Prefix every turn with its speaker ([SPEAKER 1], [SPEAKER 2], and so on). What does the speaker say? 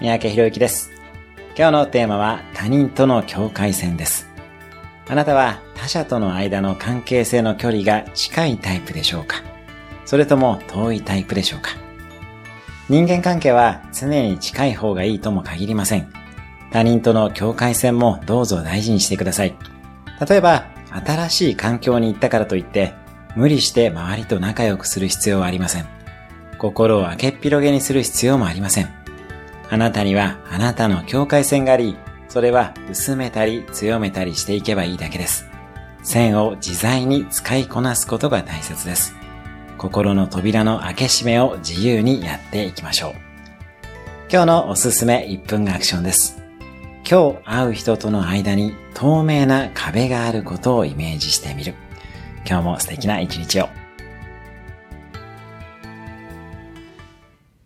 [SPEAKER 1] 三宅博之です。今日のテーマは他人との境界線です。あなたは他者との間の関係性の距離が近いタイプでしょうか？それとも遠いタイプでしょうか？人間関係は常に近い方がいいとも限りません。他人との境界線もどうぞ大事にしてください。例えば、新しい環境に行ったからといって、無理して周りと仲良くする必要はありません。心を開けっ広げにする必要もありません。あなたにはあなたの境界線があり、それは薄めたり強めたりしていけばいいだけです。線を自在に使いこなすことが大切です。心の扉の開け閉めを自由にやっていきましょう。今日のおすすめ1分アクションです。今日会う人との間に透明な壁があることをイメージしてみる。今日も素敵な一日を。